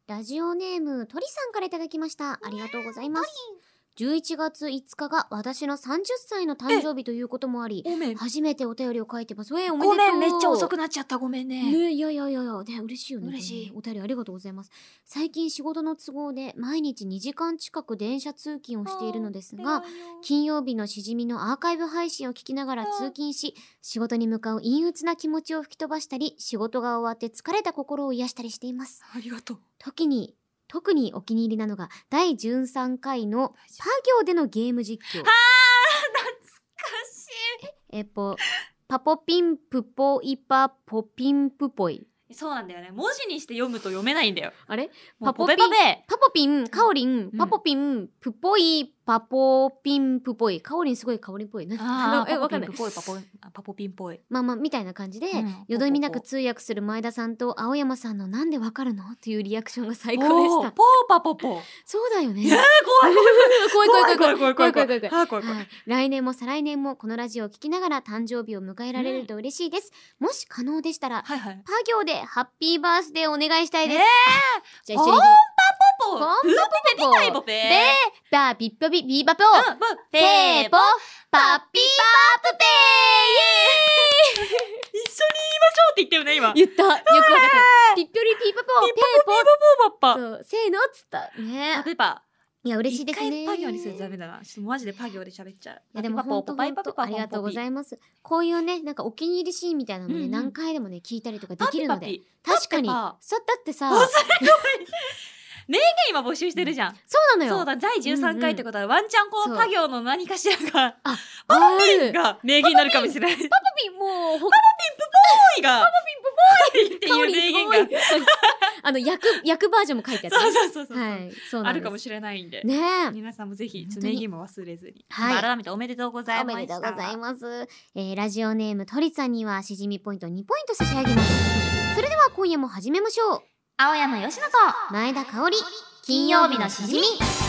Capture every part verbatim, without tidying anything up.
ラジオネーム鳥さんからいただきました。ありがとうございます。じゅういちがついつかが私のさんじゅっさいの誕生日ということもあり、 ごめん。 初めてお便りを書いてます。えー、おめでとう。 ごめん、めっちゃ遅くなっちゃった。ごめんね。 ね、いやいやいやいや、ね、嬉しいよね。 嬉しい。 お便りありがとうございます。最近仕事の都合で毎日にじかん近く電車通勤をしているのですが、金曜日のしじみのアーカイブ配信を聞きながら通勤し、仕事に向かう陰鬱な気持ちを吹き飛ばしたり、仕事が終わって疲れた心を癒したりしています。 ありがとう。 時に、特にお気に入りなのがだいじゅうさんかいのパ行でのゲーム実況。 はあ、懐かしい。 えっぽ、パポピンプポイパポピンプポイ。 そうなんだよね。文字にして読むと読めないんだよ。 あれパポピン、パポピン、カオリン、 うん、 パポピン、プポイ、パポピンプポイ。カオリンすごいカオリンっぽいな。 あえ、わかんない。 パポピンっぽい、パポピンっぽい。 まあまあ、みたいな感じで、うん、よどみなく通訳する前田さんと青山さんのなんでわかるのっていうリアクションが最高でした。 ポーパポポ。 そうだよね。 いやー、怖い怖い怖い怖い怖い怖い怖い怖い怖い怖い怖い。 来年も再来年もこのラジオを聞きながら誕生日を迎えられると嬉しいです。もし可能でしたら、パ行でハッピーバースデーお願いしたいです。 じゃあ一緒に。ポンパポポ。プーポペピパイポペ。 ベーバーピッポビビーバポ。ペーポパッピパープペーイエーイ。一緒に言いましょうって言ったよね今。 言った。よくわかった。ピッピョリピーパポ。 ピーポピーポパポパ。 そう、せーのっつったね。 パペパ。 いや嬉しいですね。 一回パ行にするとダメだな。ちょっとマジでパ行で喋っちゃう。 いやでも本当本当ありがとうございます。こういうねなんかお気に入りシーンみたいなのね何回でもね聞いたりとかできるので、確かに。そうだってさ。 名言今募集してるじゃん。 そうなのよ。 そうだ、だいじゅうさんかいってことはワンチャンこのパ行の何かしらがあ、 パパピンが名言になるかもしれない。パパピンもうパパピンプポーイがパパピンプポーイっていう名言があの役役バージョンも書いてある。 そうそうそうそう。 はい、そうあるかもしれないんで。 ね、 皆さんもぜひ名言も忘れずに。 はい。 改めておめでとうございます。 おめでとうございます。えー、ラジオネーム鳥さんにはしじみポイントにポイント差し上げます。それでは今夜も始めましょう。 青山佳乃と前田香織。金曜日のしじみ。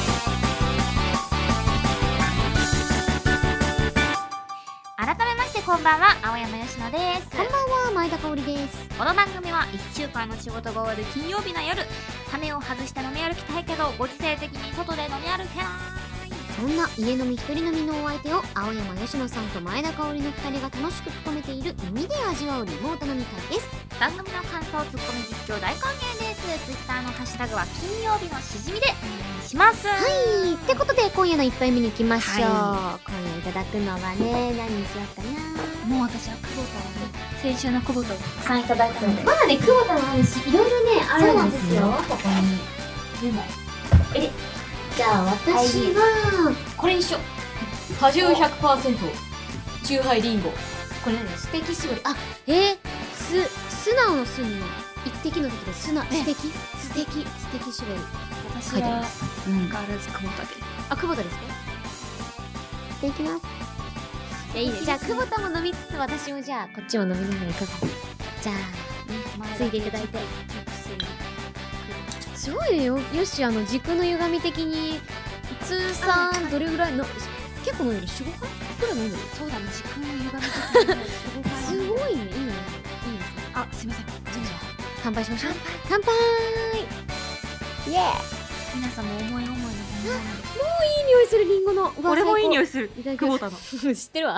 改めましてこんばんは、青山佳乃です。 こんばんは、前田香織です。 この番組はいっしゅうかんの仕事が終わる金曜日の夜、羽目を外して飲み歩きたいけどご時世的に外で飲み歩けない、 そんな家飲み一人飲みのお相手を青山佳乃さんと前田香織のふたりが楽しく務めている耳で味わうリモート飲み会です。 番組の感想、ツッコミ、実況大歓迎です。ツイッターのハッシュタグは金曜日のしじみでお願いします。 はい、ってことで今夜の一杯目に行きましょう、はい、今夜いただくのはね、何にしようかな。 もう私は久保田をね、先週の久保田をたくさんいただいたので、 まだね久保田もあるし、いろいろねあるんですよ、ここに。でもえじゃあ私はこれにしよう。果汁 ひゃくパーセント チューハイリンゴ。 これ何素敵絞り。あ、えー、す素直の素に一滴の時で素直、素敵素敵素敵絞り。 私はガールズ久保田で。 あ、久保田ですか。できます。じゃあいいね。じゃあ久保田も飲みつつ私もじゃあこっちも飲みながらいかが。じゃあね、ついていただいて。すごいよ。よし、あの軸の歪み的に通算どれぐらいの結構飲んでる。 よん、ごかいくらい飲んでる。 そうだね、軸の歪み的によん、ごかい。 すごいね。いいね。いいですね。 あ、すいません。じゃあ乾杯しましょう。乾杯。イエー。 皆さんも思い思いのものなので。 もういい匂いするリンゴの。 これもいい匂いする。久保田の。 知ってるわ。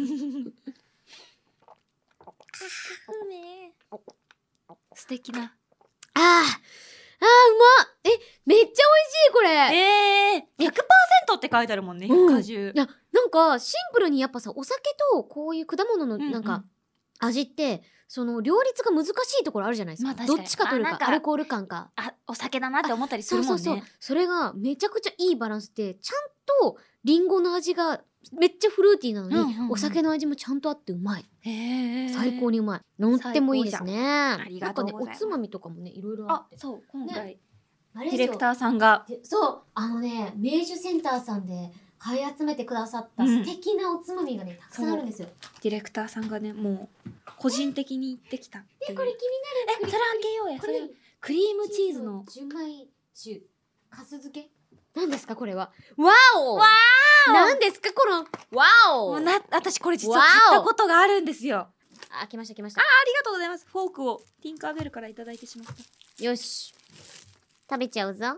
素敵な。 ああ、ああ、うまっ。え、めっちゃ美味しいこれ。 ええ、ひゃくパーセントって書いてあるもんね。果汁。 いや、なんかシンプルにやっぱさ、お酒とこういう果物のなんか味って。その両立が難しいところあるじゃないですか。どっちかというかアルコール感か。 あ、お酒だなって思ったりするもんね。 そうそうそう。それがめちゃくちゃいいバランスで、ちゃんとリンゴの味がめっちゃフルーティーなのに、お酒の味もちゃんとあってうまい。最高にうまい。とってもいいですね。 ありがとうございます。 なんかね、おつまみとかもね、いろいろあって。 あ、そう、今回ディレクターさんが。 そう、あのね、明治センターさんで買い集めてくださった素敵なおつまみがね、たくさんあるんですよ。 ディレクターさんがね、もう個人的に言ってきた。 え、これ気になる。 え、それ開けようや。それクリームチーズの純米酒かす漬け。何ですかこれは。わお。わお。何ですかこの。わお。 な、私これ実は買ったことがあるんですよ。 あ、来ました来ました。 あ、ありがとうございます。フォークをティンカーベルからいただいてしまった。 よし。 食べちゃうぞ。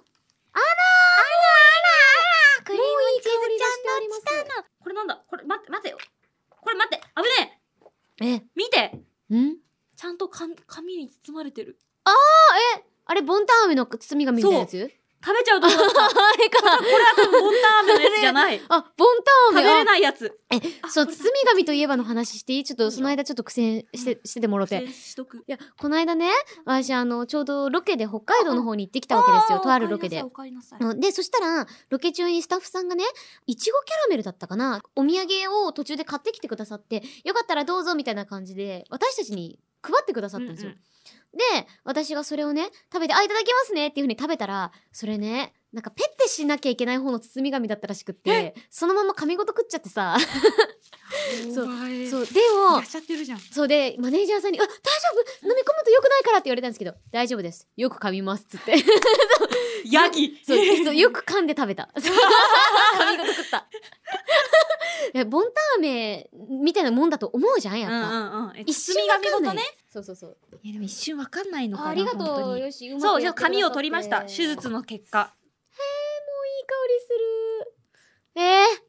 クリームチーズちゃんの下のこれなんだ、これ待って待ってよ、これ待って、危ねえ、 え、 見て、 ん？ ちゃんとか紙に包まれてる。 え、あれボンタン飴の包み紙みたいなやつ？ 食べちゃうとこだったあれか。 これは多分ボンタン飴のやつじゃないあ、ボンタン飴。 食べれないやつ。 え、そう、包み紙といえばの話していい？ちょっとその間ちょっと苦戦してしててもろて。いしとく。 や、この間ね、私あのちょうどロケで北海道の方に行ってきたわけですよ。とあるロケで。 お帰りなさい、お帰りなさい。 うんで、そしたら、ロケ中にスタッフさんがね、いちごキャラメルだったかな、お土産を途中で買ってきてくださって、よかったらどうぞみたいな感じで、私たちに配ってくださったんですよ。 うんうんで、私がそれをね、食べて、あ、いただきますねっていう風に食べたら、それね、なんかペッてしなきゃいけない方の包み紙だったらしくって、そのまま紙ごと食っちゃってさ。そう、そう、でも、 やっちゃってるじゃん。 そうで、マネージャーさんに、あ、大丈夫飲み込むと良くないからって言われたんですけど、大丈夫です。よく噛みますっつって。 ヤギそうそう、よく噛んで食べた。髪ごと食った。いや、ボンタン飴みたいなもんだと思うじゃん、やっぱ。 うんうんうん。 一瞬わかんない。 ね。 そうそうそう。 いやでも一瞬わかんないのかな。 ありがとう。 本当によし、うまそう、じゃあくやってくださって紙を取りました。手術の結果。 へえ、もういい香りする。えー、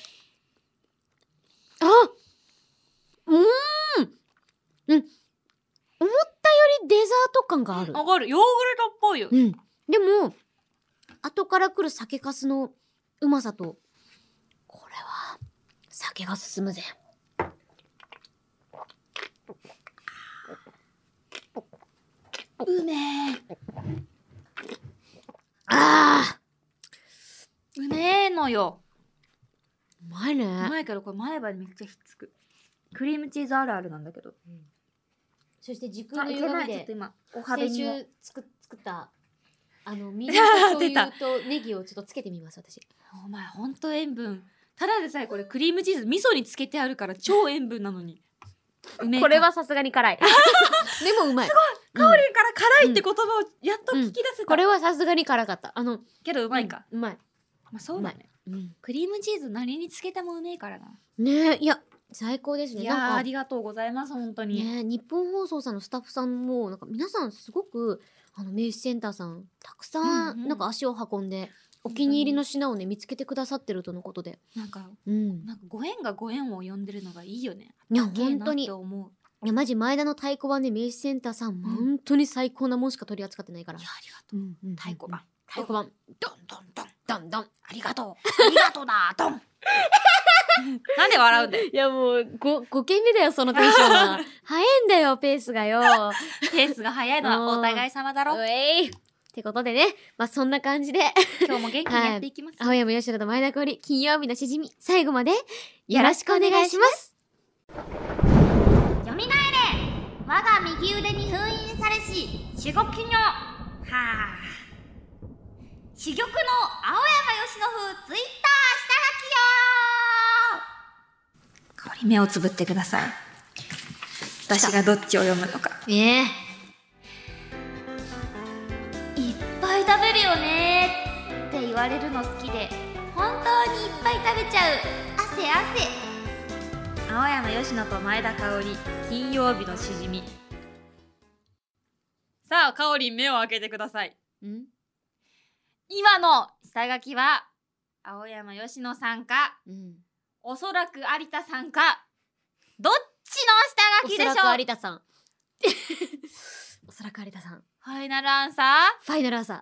あ、うーん、うん。思ったよりデザート感がある。 わかる。ヨーグルトっぽいよ。 うん。でも、後から来る酒粕のうまさと、これは、酒が進むぜ。 うめえ。 ああ、 うめえのよ。 うまいうね。 まいけどこれ前歯にめっちゃひっつく。クリームチーズあるあるなんだけど。 そして時空あ、 のいけない。 歪みで、 ちょっと今おはべ先にも。 週作作ったあのみりんと醤油とネギをちょっとつけてみます私。 お前ほんと塩分。ただでさえこれクリームチーズ味噌につけてあるから超塩分なのに。うめえか。 これはさすがに辛い。でもうまい。 すごい。かおりんから辛いって言葉をやっと聞き出せた。 これはさすがに辛かった。あのけどうまいか。 うまい。 まあそうだね。 うん。 クリームチーズ何につけてもうめえからな。 ねえ、いや最高ですね。 いやなんかーありがとうございます本当に。 ね、日本放送さんのスタッフさんもなんか皆さんすごくあの名刺センターさんたくさうんうんんなんか足を運んでお気に入りの品をね見つけてくださってるとのことで、 なんかうん、 なんかご縁がご縁を呼んでるのがいいよね。 いやかっけえな本当にって思う。 いやマジ前田の太鼓判で名刺センターさん、本当に最高なもんしか取り扱ってないから。 いやありがとう。 うんうん、 太鼓判。 太鼓判ドンドンドンドンドン。 ありがとう。ありがとうだドン。なんで笑うんだよ。 いやもうごごけんめだよそのテンションは。早いんだよペースがよ。 ペースが早いのはお互い様だろ。 うえいってことでね、まあそんな感じで今日も元気にやっていきます。 青山吉野と前田香織金曜日のしじみ最後までよろしくお願いします。 よみがえれ我が右腕に封印されし至極のはあ珠玉の青山吉野風ツイッター下書きよー。香り目をつぶってください。私がどっちを読むのか。 ええいっぱい食べるよねって言われるの好きで本当にいっぱい食べちゃう汗汗。青山吉野と前田香織金曜日のしじみ。さあ香織目を開けてください。 ん今の下書きは青山吉野さんか、 うん、 おそらく有田さんか、どっちの下書きでしょう。 おそらく有田さん。おそらく有田さん。 ファイナルアンサー。 ファイナルアンサー。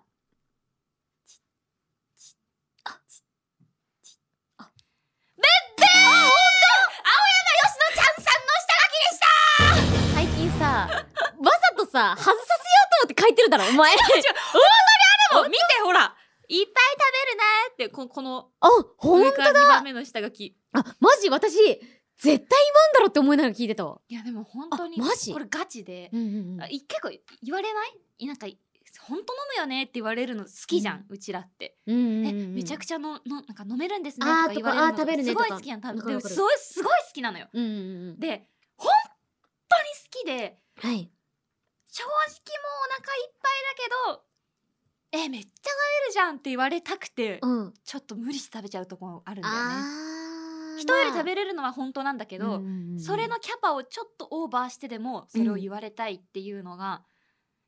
あ、あ、べっべー。あ、ほんと。 青山吉野ちゃんさんの下書きでした。 最近さ、わざとさ、外させようと思って書いてるだろ、お前。 本当にあるもん。見てほら。いっぱい食べるねってここのあ、ほんと上からにばんめの下書き。 あ、マジ私絶対言わんだろって思いながら聞いてたわ。 いやでも本当にマジこれガチで、 うんうんうん、 あい結構言われない？なんか本当飲むよねって言われるの好きじゃん、うん、うちらって。 うんうんうん、 えめちゃくちゃののなんか飲めるんですねとか言われるのとかすごい好きやん。多分すごいすごい好きなのよ。 うんうんうん、 で本当に好きで、 はい、 正直もうお腹いっぱいだけど。えめっちゃ食べるじゃんって言われたくて、うん、ちょっと無理して食べちゃうところあるんだよね。人より食べれるのは本当なんだけど、うんうんうん、それのキャパをちょっとオーバーしてでもそれを言われたいっていうのが、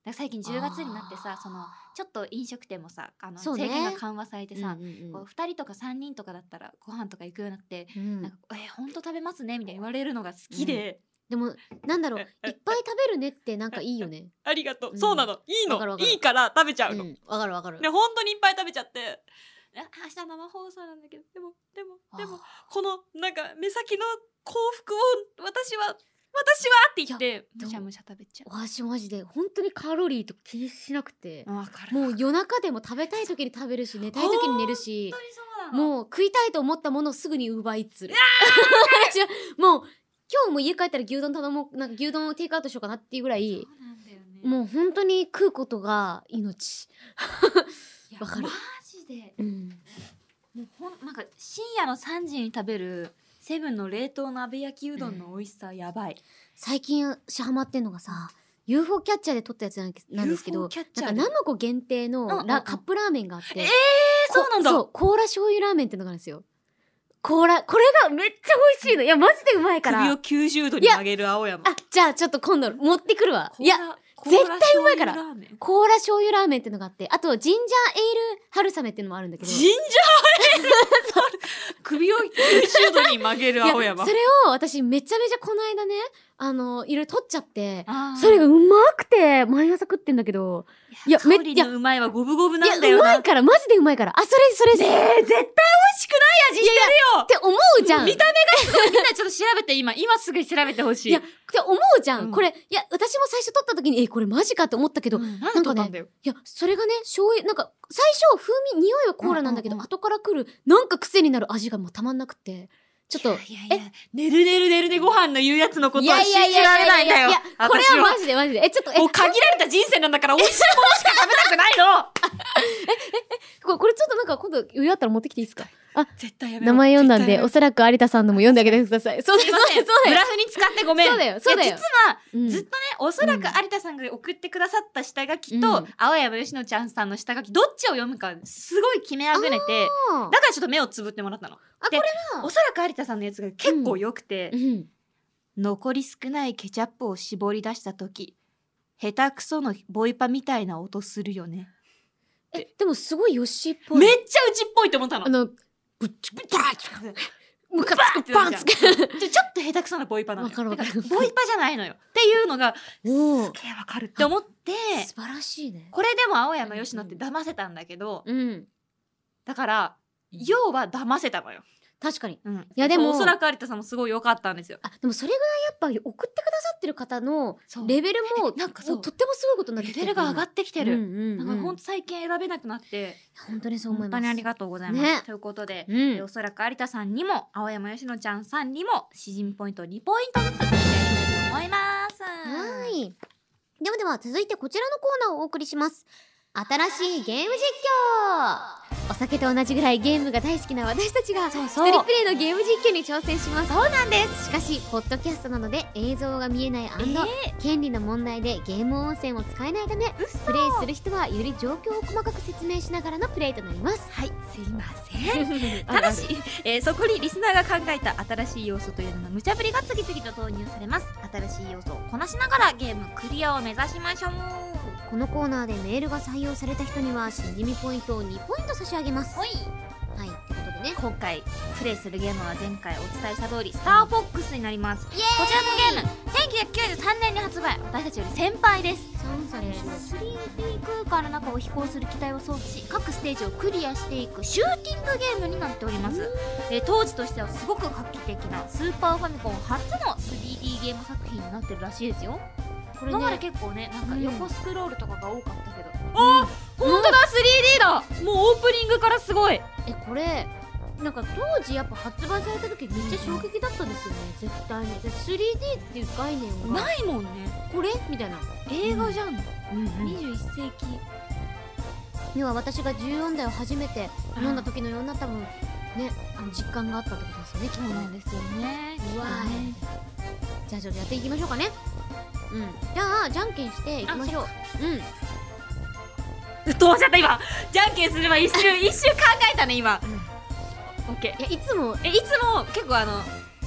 ら最近じゅうがつになってさ、そのちょっと飲食店もさ、あのそうね制限が緩和されてさ、 うんうんうんこうふたりとかさんにんとかだったらご飯とか行くようになって、 うんなんかえほんと食べますねみたいに言われるのが好きで、 でもなんだろう、いっぱい食べるねってなんかいいよね。 ありがとう、 うんそうなの、いいの、 わかるわかるいいから食べちゃうの、 うんわかるわかる。 で本当にいっぱい食べちゃって、あ明日生放送なんだけど、でもでもでもこのなんか目先の幸福を私は私はって言ってむしゃむしゃ食べちゃう。 私マジで本当にカロリーとか気にしなくて、 わかる。 もう夜中でも食べたい時に食べるし、寝たい時に寝るし、 本当にそうなの。 もう食いたいと思ったものをすぐにウーバーイーツする。私はもう今日も家帰ったら牛丼頼もう、なんか牛丼をテイクアウトしようかなっていうぐらい、 そうなんだよね。 もう本当に食うことが命。 いやわかるマジで、 うん、 もうほんなんか深夜のさんじに食べるセブンの冷凍鍋焼きうどんの美味しさやばい。 最近しハマってんのがさ、ユーフォー キャッチャーで撮ったやつなんですなんですけユーフォど、 ーキャッチャーでなんかナムコ限定のラ、 うんうんうんカップラーメンがあって、 えー、そうなんだ。 そう、コーラ醤油ラーメンってのがあるんですよ。コーラ、これがめっちゃ美味しいの。いや、マジでうまいから。 首をきゅうじゅうどに曲げる青山。 あ、じゃあちょっと今度持ってくるわ。いや、 コーラ絶対うまいからコーラ醤油ラーメンコーラ醤油ラーメンってのがあって、あとジンジャーエール春雨っていうのもあるんだけど。 ジンジャーエール首をきゅうじゅうどに曲げる青いや山。 それを私めちゃめちゃこの間ね、あの、いろいろ取っちゃって、 あーそれがうまくて、毎朝食ってんだけど、いやいや、香りのうまいは五分五分いや、 なんだよな。 うまいから、マジでうまいから。あ、それ、それ、 ねえ、絶対美味しくない味してるよって思うじゃん。 見た目がすごい。みんなちょっと調べて、今、今すぐ調べてほしい。 いや、って思うじゃん。 うんこれ、いや、私も最初撮った時に、え、これマジかって思ったけど、 うん、 ななんんかねかね、 いや、それがね、醤油、なんか、最初、風味、匂いはコーラなんだけど、 うんうんうん後から来る、なんか癖になる味がもうたまんなくて、ちょっと、 いやいやいや、寝る寝る寝るでご飯の言うやつのこといは信じられないんだよ。 いや、これはマジでマジで。え、ちょっと、え、 もう限られた人生なんだから美味しいものしか食べたくないのこれ、これちょっとなんか今度余裕あったら持ってきていいですか？あ、 絶対やめろ。 名前読んだんで、 絶対やめろおそらく有田さんのも読んであげてください。そうだよ、 すいません。 そうだよ。 グラフに使ってごめん。 そうだよそうだよいや実は、 うんずっとね、おそらく有田さんが送ってくださった下書きと、 うん青山佳乃ちゃんさんの下書き、どっちを読むか、すごい決めあぐねて、 あだからちょっと目をつぶってもらったの。 あ、 でこれはおそらく有田さんのやつが結構良くて、 うん。 残り少ないケチャップを絞り出した時、下手くそのボイパみたいな音するよね。 え、でもすごいヨッシーっぽい。 めっちゃうちっぽいって思ったの。 あの、ぶっちぶっちゃームカバーンつく、パンつく。 でちょっと下手くそなボイパなのよ。 わかるわかるだらボイパじゃないのよ。っていうのが、 おーすげえわかるって思って、 素晴らしいね。 これでも青山佳乃って騙せたんだけど、 うん。 だから、要は騙せたのよ。 確かに。 うん、いやでもおそらく有田さんもすごい良かったんですよ。 あ、でもそれぐらいやっぱり送ってくださってる方のそうレベルも、 なんかそうとってもすごいことになってレきてる。 ベルが上がってきてる。 うんうんうんなんかほんと最近選べなくなって、 本当にそう思います。 本当にありがとうございます。 ねということで、 うんえおそらく有田さんにも青山佳乃ちゃんさんにもしじみポイントにポイントずつ差し上げたいと思います。 はーい。ではでは続いてこちらのコーナーをお送りします。新しいゲーム実況。お酒と同じぐらいゲームが大好きな私たちがそうそう一人プレイのゲーム実況に挑戦します。 そうなんです。 しかしポッドキャストなので映像が見えないえー、 権利の問題でゲーム音声を使えないため、 嘘プレイする人はより状況を細かく説明しながらのプレイとなります。 はい、すいません。ただし、えーそこにリスナーが考えた新しい要素というのの無茶ぶりが次々と投入されます。新しい要素をこなしながらゲームクリアを目指しましょう。 このコーナーでメールが採用された人にはしじみポイントをにポイント差し上げます。 ほい。 はい、ってことでね。 今回プレイするゲームは前回お伝えした通りスターフォックスになります。こちらのゲームせんきゅうひゃくきゅうじゅうさんねんに発売、私たちより先輩です。 さんさいえーでしょ。 スリーディー 空間の中を飛行する機体を操作し各ステージをクリアしていくシューティングゲームになっております。えー当時としてはすごく画期的なスーパーファミコン初の スリーディー ゲーム作品になってるらしいですよ。 これ今までね、 結構ね、なんか横スクロールとかが多かったけど、 ああ本当だ スリーディー だ。もうオープニングからすごい。 え、これなんか当時やっぱ発売された時めっちゃ衝撃だったんですよね、絶対に。で スリーディー っていう概念がないもんね。 これみたいな。 映画じゃん。 うんにじゅういっせいき。 要は私がじゅうよんだいを初めて読んだ時のような多分ね、あの実感があったってことですよね、きっとそうなね。 んですよね。 うわーじゃあちょっとやっていきましょうかね。うん。じゃあじゃんけんしていきましょう。うん。 うっとうしちゃった今。じゃんけんすれば一瞬一瞬考えたね今。オッケー。 いやいつもえいつも結構あの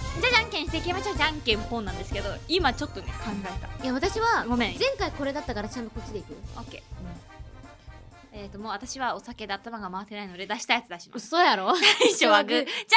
じゃあじゃんけんしていきましょう。じゃんけんポンなんですけど、今ちょっとね考えた。 いや私はごめん。 前回これだったからちゃんとこっちでいくよ。 オッケー。えっともう私はお酒で頭が回ってないので出したやつ出します。 嘘やろ。 最初はグー、じゃんけんぽい。あー、勝っ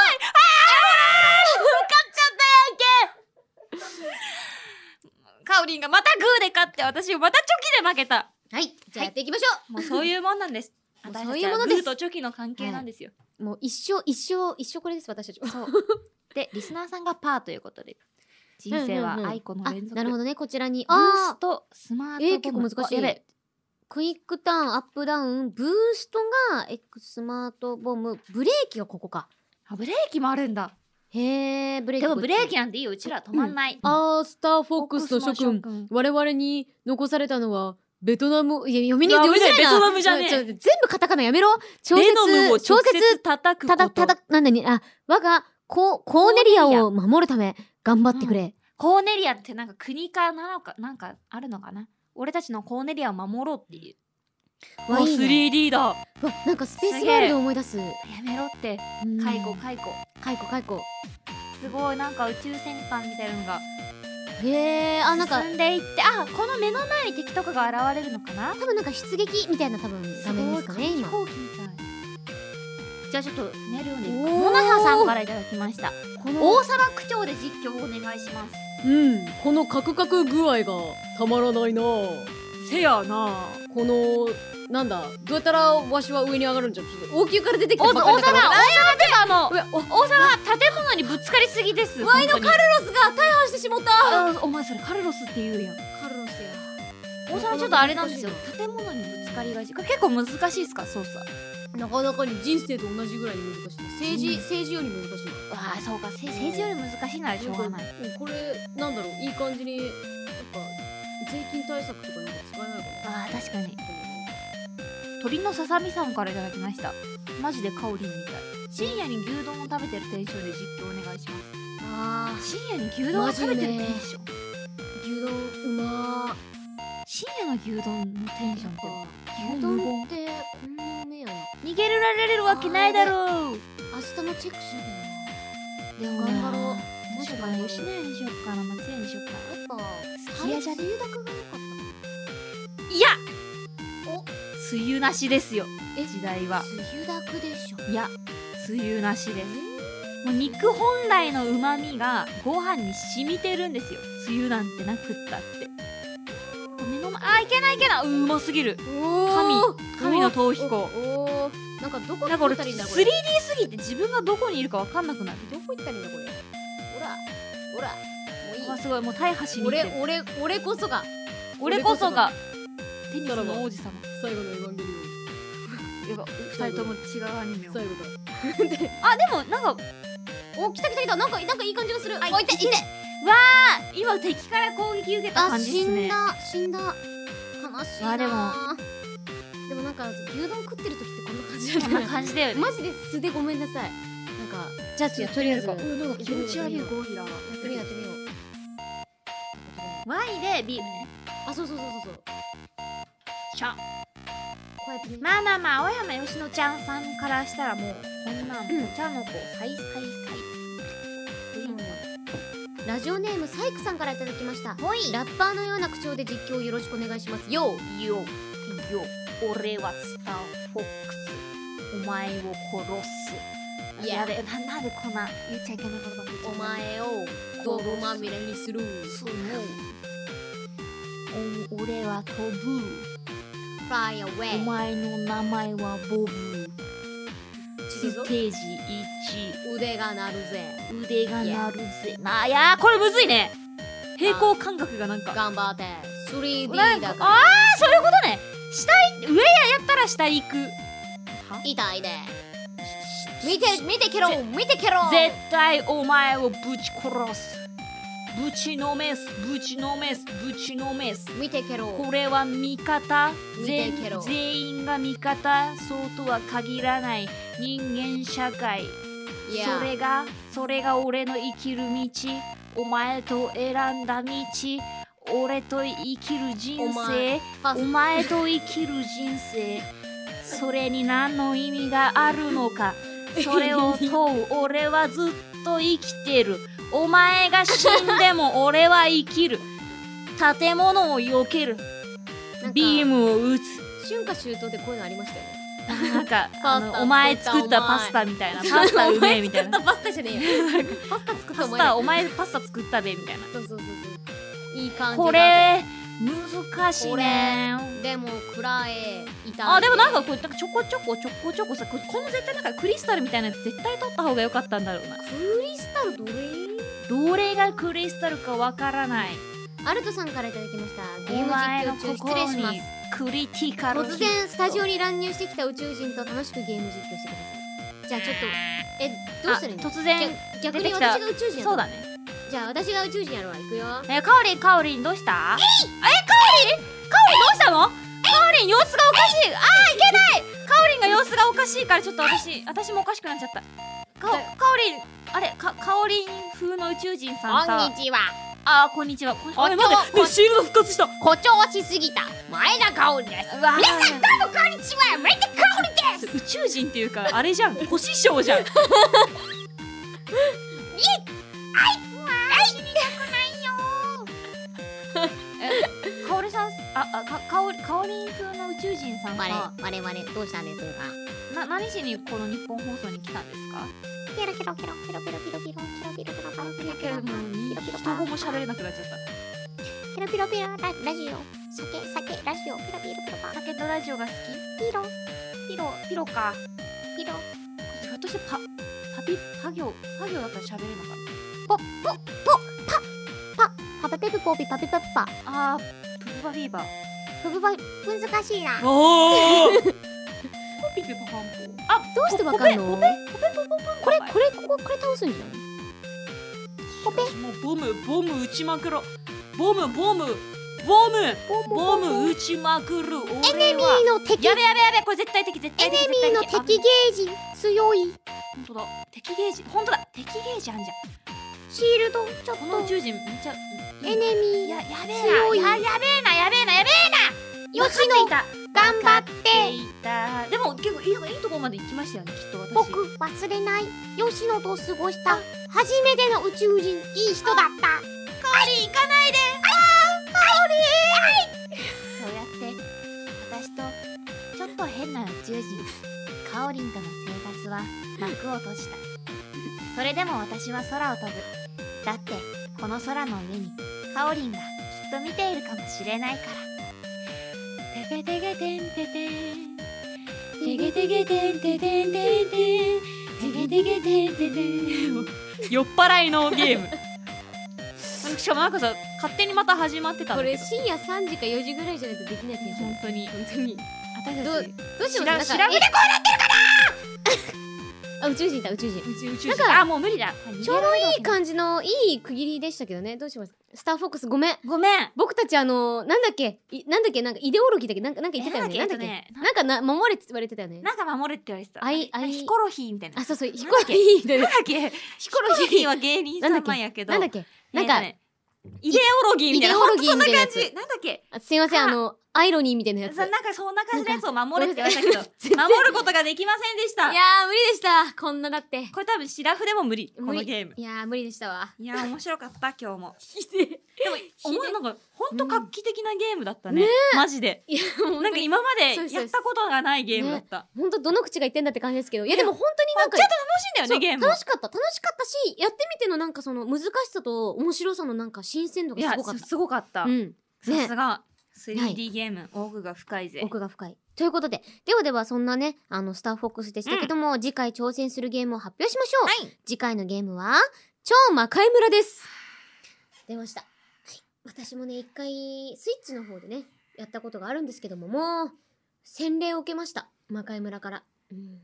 ちゃったやんけ。かおりんがまたグーで勝って、私またチョキで負けた。 はい、じゃあやっていきましょもうそういうもんなんです。 もう私そういうものですグーとチョキの関係なんですよ。 う。もう一生一生一生これです私たちは。 そう。でリスナーさんがパーということで、人生は愛子の連続。 あ、なるほどね、こちらにブーあストスマートえー、結構難しい。 やべ、 クイックターンアップダウンブーストが X スマートボム、ブレーキがここか。 あ、ブレーキもあるんだ。 へえ、ブレーキ。 でもブレーキなんていいよ、うちら止まんない。 あー、スターフォックスと諸君、我々に残されたのはベトナム。いや、読みに読みづらいな。 ベトナムじゃねえ。 ちょ全部カタカナやめろ。調節ベノムを調直接節叩くこと。 たたたたなんだに、あ、我がココーネリアを守るため頑張ってくれ。 コーネリアってなんか国かなのかなんかあるのかな。俺たちのコーネリアを守ろうっていう。 わ、いいね。 スリーディー だ。 わ、なんかスペースワールドを思い出す。 やめろって。解雇解雇解雇解雇。 すごいなんか宇宙戦艦みたいなのがへえ、あ、なんか進んでいって、あ、この目の前に敵とかが現れるのかな。 多分なんか出撃みたいな多分画面ですかね今。 飛行機みたい。じゃあちょっとメールをね、モナハさんからいただきました。王様口調で実況をお願いします。 うん、このカクカク具合がたまらないな。 せやな。 このなんだ、どうやったらわしは上に上がるんじゃ。ちょっと王宮から出てきた王様、王様、王様ばっかりだから。 ってかあの王様建物にぶつかりすぎです。 ワイのカルロスが大破してしまった。 あ、お前それカルロスって言うやん。 カルロスや。 王様ちょっとあれなんですよ。建物にぶつかりがち。これ結構難しいですか、操作。 なかなかに人生と同じぐらいに難しい。政治、政治より難しい。 ああ、そうか、政治より難しいならしょうがない。 これなんだろう、いい感じになんか税金対策とかにも使えないかな。 ああ、確かに。鳥のささみさんからいただきました。マジでカオリンみたい。深夜に牛丼を食べてるテンションで実況お願いします。 ああ、 深夜に牛丼を食べてるテンション。 牛丼うまー。 深夜の牛丼のテンションって牛丼ってこんなうめえやな。 逃げられるわけないだろう。 明日のチェックしなきゃな。 でも頑張ろう。 どうしようかな。吉野家にしようかな。松屋にしようかな。 やっぱすき家じゃね。 梅雨だくが良かったいや、 お、 梅雨なしですよ。 え、 時代は梅雨だくでしょ。 いや、梅雨なしです。もう肉本来の旨味がご飯に染みてるんですよ。梅雨なんてなくったって。目の前、あ、いけないいけない。うますぎる。神神の逃避行。 おお、なんかどこなんか俺行ったらいいんだこスリーディれ。 ー すぎて自分がどこにいるかわかんなくなる。 どこ行ったらいいんだこれ。ほらほら、もういい。 あ、すごい、もう大破しみてる。 俺俺俺こそが俺こそがテニスの王子様。 最後のエヴァンゲリやば、二人とも違うアニメを。 オン。最後だ。 あ、でもなんか、 お、来た来た来た。なんかなんかいい感じがする。 あ、 おいていて。 わあ、今敵から攻撃受けたあ、 感じですね。 死んだ死んだ。悲しいな。 あでもでもなんか牛丼食ってる時ってこんな感じだこんなよね。 感じだよね。 マジで素でごめんなさい。なんかじゃあ違う、とりあえずうん、なんか気持ち悪いゴリラ。 やってみようやってみよう。 Y でビームね。 あ、そうそうそうそうそう。 しゃ。 こうやってね。 まあまあまあ、青山よしのちゃんさんからしたらもうこんなんうんお茶の子さいさいさい。 ラジオネームサイクさんからいただきました。 ほい。 ラッパーのような口調で実況をよろしくお願いします。よよよ、俺はスターフォックス、お前を殺す。 いややべ、な、なんでこんな言っちゃいけないことばっかり言っちゃおったの。 前を泥まみれにする。 そうお俺は飛ぶ。 フライアウおェイ。 前の名前はボブ。ステージいち、 腕が鳴るぜ。 腕が鳴るぜ。な、いやー、これむずいね。平行感覚がなんか。 頑張って。スリーディー だかなんかあー、そういうことね。下い、上ややったら下行く。 ら。痛いで。見て見てけろ見てけろ。 絶対お前をぶち殺す。ぶちのめす、ぶちのめす、ぶちのめす。 見てけろ。 これは味方。 見全てけろ全員が味方。そうとは限らない人間社会。 いやそれが、それが俺の生きる道。お前と選んだ道。俺と生きる人お生前。 お前と生きる人生。それに何の意味があるのか。 それを問う俺はずっと生きてる。お前が死んでも俺は生きる。建物を避ける。ビームを撃つ。 春夏秋冬でこういうのありましたよね。 なんかパスタあのお前作ったパスタみたいな。パスタうめえみたいな。 パスタじゃねえよ。パスタ作ったパスタお前パスタ作ったべみたいな。 そうそうそうそう。いい感じ。 これ難しいね。 でも暗え痛い。 あでもなんかこうなんかちょこちょこちょこちょこさ、ここの絶対なんかクリスタルみたいなやつ絶対取った方が良かったんだろうな。 クリスタルどれ？ どれがクリスタルかわからない。 アルトさんからいただきました。ゲーム実況中失礼します。 クリティカル。 突然スタジオに乱入してきた宇宙人と楽しくゲーム実況してください。じゃあちょっとえどうしたらいいの？ 突然逆に私が宇宙人やる。 そうだね。 じゃあ私が宇宙人やるわ。いくよ。 えカオリンカオリンどうした？えいえカオリンカオリンどうしたの？カオリン様子がおかしい。あーいけない。カオリンが様子がおかしいからちょっと私私もおかしくなっちゃった。カオカオリンあれかカオリン風の宇宙人さんさ。 こんにちは。 あーこんにちは。 あれ待って、 シールド復活した。 誇張しすぎた前田香織です。皆さんどうもこんにちは。前田香織です。 宇宙人っていうかあれじゃん。星将じゃん。いかおりさんああかかおりかおりん風の宇宙人さんさ。 我々どうしたんですか？ な何しにこの日本放送に来たんですか？ ケロケロケロケロケロケロケロケロケロケロケロケロケロ一語も喋れなくなっちゃった。 ケロケロケロララジオ酒酒ラジオケロケロケロパ酒とラジオが好き？ ピロピロピロかピロ。 ひょっとしてパパピパ行パ行だったら喋れるのか。 ポポポパパパパペプポピパピパパ。 あーププパビーバーププパ難しいな。 おおピピパパンポ。あどうしてわかんの？ ポペポペポペポペこれこれこここれ倒すんじゃん。ポペもうボムボム撃ちまくろ。ボムボムボムボム撃ちまくる。 エネミーの敵。 やべやべやべこれ絶対敵絶対敵。 エネミーの敵ゲージ強い。 本当だ敵ゲージ本当だ敵ゲージあんじゃん。 シールドちょっとこの宇宙人めっちゃエネミーややべえ強い。 なややべえなやべえなやべえな。 吉野頑張っていた。でも結構いいいいところまで行きましたよねきっと私。 僕忘れない吉野と過ごした初めての宇宙人。いい人だった。 カオリン行かないで。 そうやって私とちょっと変な宇宙人カオリンとの生活は幕を閉じた。それでも私は空を飛ぶ。だってこの空の上にカオリンがきっと見ているかもしれないから。 テケテケテンテテンテケテケテンテテンテンテンテケテケテンテテン。酔っ払いのゲーム。しかもなんかさ勝手にまた始まってたんだけど。 これ深夜さんじかよじぐらいじゃないとできないテンション。 本当に本当に私たちどうどうしよう。なんか調べてこうなってるかあ宇宙人だ宇宙人。 宇宙宇宙なんか人あもう無理だ。 ちょうどいい感じのいい区切りでしたけどね。どうします？スターフォックスごめんごめん。 僕たちあのなんだっけいなんだっけなんかイデオロギーだっけなんかなんか言ってたよね。 えなんだっけえっとねなんかな守れって言われてたよね。 なんか守れって言われてた。 あいあいヒコロヒーみたいな。 あそうそうヒコロヒーみたいな。 なんだっけヒコロヒーは芸人さんなんやけど。 なんだっけなんかイデオロギーみたいな。 イデオロギーみたいなやつほんとそんな感じ。なんだっけあすいませんあのアイロニーみたいなやつ。 なんかそんな感じのやつを守れって言われたけどなんか全然守ることができませんでした。 いやー無理でしたこんなだって。 これ多分シラフでも無理こ無理のゲーム。 いやー無理でしたわ。 いやー面白かった今日も。 ひででも思うなんかほんと画期的なゲームだったね。マジで。 いやもうなんか今までそうですやったことがないゲームだった。 ほんとどの口が言ってんだって感じですけどいやでも本当になんかちゃんと楽しいんだよねゲーム。 楽しかった楽しかったしやってみてのなんかその難しさと面白さのなんか新鮮度いやがすごかった。 すごかった。 うんさすが スリーディー ゲーム奥が深いぜ。 奥が深いということでではではそんなねあのスターフォックスでしたけども、次回挑戦するゲームを発表しましょう。 はい次回のゲームは超魔界村です。出ました。はい、私もね一回スイッチの方でねやったことがあるんですけどももう洗礼を受けました魔界村から。うん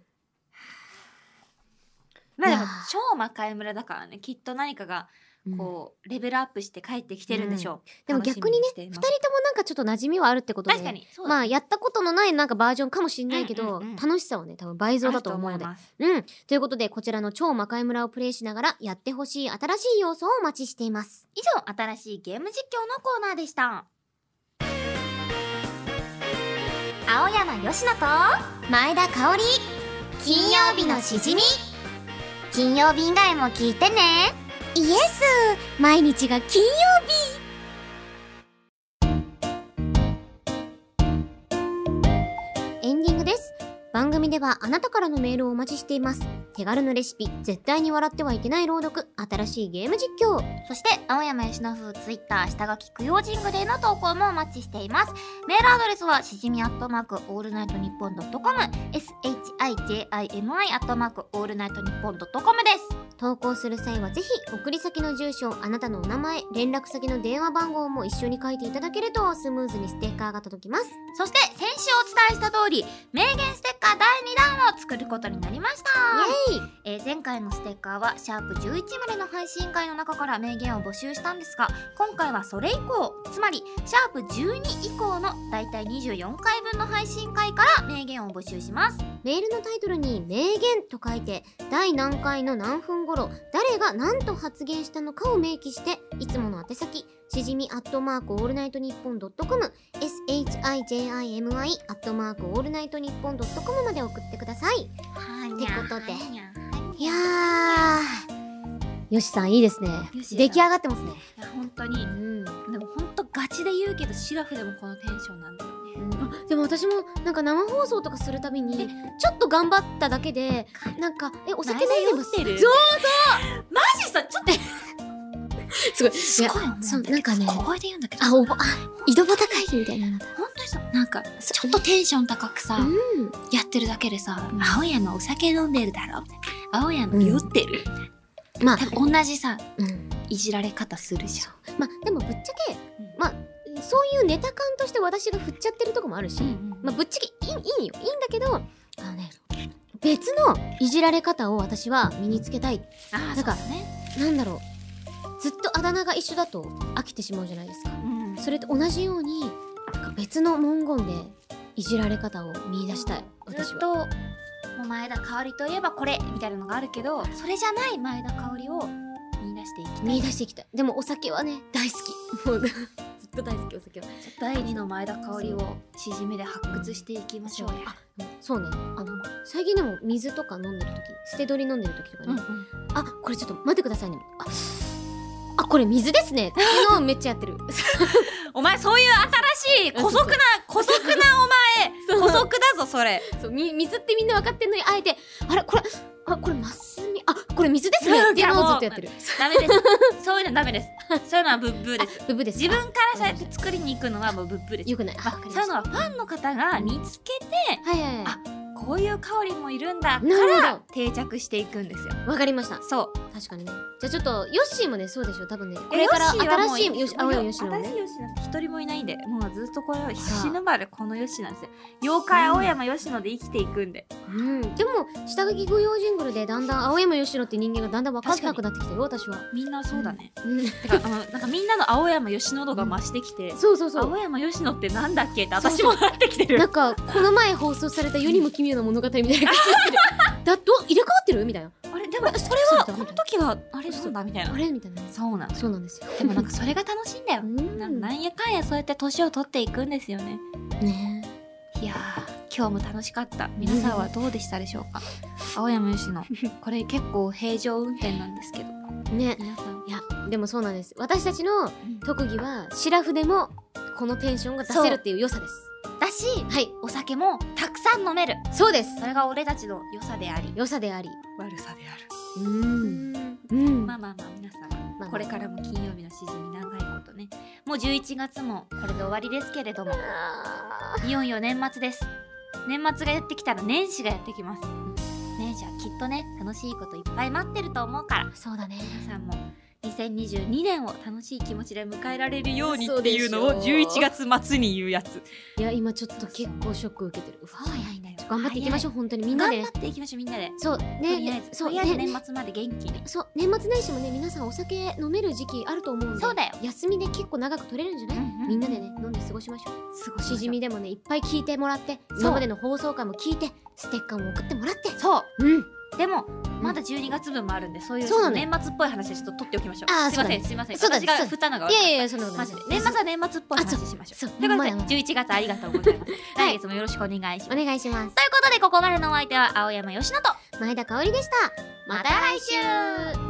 まあでもいやー超魔界村だからねきっと何かがこうレベルアップして帰ってきてるんでしょう。 でも逆にね楽しみ二人していますともなんかちょっと馴染みはあるってことで確かにそうだまあやったことのないなんかバージョンかもしれないけど、 うんうんうん楽しさはね多分倍増だと思うのであると思います。 うんということでこちらの超魔界村をプレイしながらやってほしい新しい要素をお待ちしています。 以上新しいゲーム実況のコーナーでした。 青山佳乃と前田香織金曜日のしじみ。金曜日以外も聞いてね。イエス、毎日が金曜日。エンディングです。番組ではあなたからのメールをお待ちしています。手軽のレシピ、絶対に笑ってはいけない朗読、新しいゲーム実況、 そして青山由伸風ツイッター下書き供養神宮での投稿もお待ちしています。メールアドレスはしじみアットマークオールナイトニッポンドットコム エスエイチアイジェイアイエムアイ アットマークオールナイトニッポンドットコムです。 投稿する際はぜひ送り先の住所、あなたのお名前、連絡先の電話番号も一緒に書いていただけるとスムーズにステッカーが届きます。 そして先週お伝えした通り名言ステッカーだいにだんを作ることになりました。 イエイ、 えー、前回のステッカーはシャープじゅういちまでの配信会の中から名言を募集したんですが、今回はそれ以降、つまりシャープじゅうに以降のだいたいにじゅうよんかいぶんの配信会から名言を募集します。 メールのタイトルに名言と書いて、第何回の何分頃、誰が何と発言したのかを明記して、いつもの宛先、しじみアットマークオールナイトニッポンドットコム エスエイチアイジェイアイエムアイ アットマークオールナイトニッポンドットコムまで送ってください。ってことで、いやー、よしさんいいですね。出来上がってますね。 いや本当に、うん、でも本当ガチで言うけどシラフでもこのテンションなんだよね。 うん、あでも私もなんか生放送とかするたびにちょっと頑張っただけでなんかえお酒飲んでます。そうそう。 マジさちょっとすごいすごいよね。 そうなんかね小声で言うんだけどあおばあ井戸端会議みたいなのだ。 本当にさなんかちょっとテンション高くさ、うん、やってるだけでさ、青山お酒飲んでるだろみたいな、青山酔ってるみたいな、うん、まあ多分同じさ、うん、いじられ方するじゃん。 まあでもぶっちゃけ、うん、まあそういうネタ感として私が振っちゃってるとこもあるし、うんうん、まあぶっちゃけいい、いいよいいんだけど、あのね別のいじられ方を私は身につけたい。 あなんかそうだね、 なんだろう、ずっとあだ名が一緒だと飽きてしまうじゃないですか、うん、それと同じようになんか別の文言でいじられ方を見出したい。私はずっともう前田香織といえばこれみたいなのがあるけど、それじゃない前田香織を見出していきたい。 見出していきたい。でもお酒はね大好き、もうずっと大好きお酒は。 だいにの前田香織をしじみで発掘していきましょう。 あそうね、あの最近でも水とか飲んでる時、捨て取り飲んでる時とかね、うんうん、あこれちょっと待ってくださいね、ああこれ水ですねっていうのをめっちゃやってるお前そういう新しい姑息な姑息なお前姑息だぞそれ。 そうみ水ってみんな分かってんのにあえてあれこれあこれマスミあこれ水ですねっていうのをずっとやってる。 ダメですそういうのダメですそういうのはブッブーです。 ブッブーです。 自分からそうやって作りに行くのはもうブッブーです。 よくない。 あそういうのはファンの方が見つけて、 はいはいはい、 あこういう香りもいるんだから定着していくんですよ。 わかりました。 そう確かにね。じゃあちょっとヨッシーもねそうでしょ多分ね。これから新しいよし青山ヨッシーのね。 新しいヨッシーなんて一人もいないんで、もうずっとこれ死ぬまでこのヨッシーなんですよ。妖怪青山ヨシノで生きていくんで。 うん。でも下書き御用ジングルでだんだん青山ヨシノって人間がだんだん分かんなくなってきたよ私は。 みんなそうだね。うん。てかあのなんかみんなの青山ヨシノ度が増してきて。 そうそうそう。 青山ヨシノってなんだっけって私もなってきてる。 なんかこの前放送された世にも奇妙な物語みたいな感じで。だど入れ替わってるみたいな。 あれでもそれはこの時はあれそうだみたいな。 あれみたいな。 そうなんそうなんですよ。 でもなんかそれが楽しいんだよ。な, なんやかんやそうやって年を取っていくんですよね。 ねいやー今日も楽しかった。皆さんはどうでしたでしょうか。青山佳乃これ結構平常運転なんですけどね。皆さんいやでもそうなんです。私たちの特技はシラフでもこのテンションが出せるっていう良さです。 だし、 はい、 お酒もたくさん飲める。 そうです。 それが俺たちの良さであり良さであり悪さである。うーんうんまあまあまあ皆さん、まあ、これからも金曜日のしじみ長いことね、もうじゅういちがつもこれで終わりですけれども、いよいよ年末です。年末がやってきたら年始がやってきます。年始はきっとね楽しいこといっぱい待ってると思うから、 そうだね。 皆さんもにせんにじゅうにねんを楽しい気持ちで迎えられるようにっていうのをじゅういちがつまつに言うやつ。 いや今ちょっと結構ショック受けてる。 早いんだよ。 頑張っていきましょう。本当にみんなで頑張っていきましょう。みんなでそうね。 とりあえず年末まで元気に。 そう年末年始もね皆さんお酒飲める時期あると思うんで、 そうだよ。 休みで結構長く取れるんじゃない？みんなでね飲んで過ごしましょう。しじみでもねいっぱい聞いてもらって、今までの放送回も聞いてステッカーも送ってもらって、 そううんでもまだじゅうにがつぶんもあるんで、そういう年末っぽい話ちょっと取っておきましょう。すいませんすいません。私が振ったのが悪かった。いやいやそんなことない。年末は年末っぽい話しましょう。ということでじゅういちがつありがとうございます。来月もよろしくお願いします。 お願いします。 というこことでここまでのお相手は青山佳乃と前田香織でした。また来週。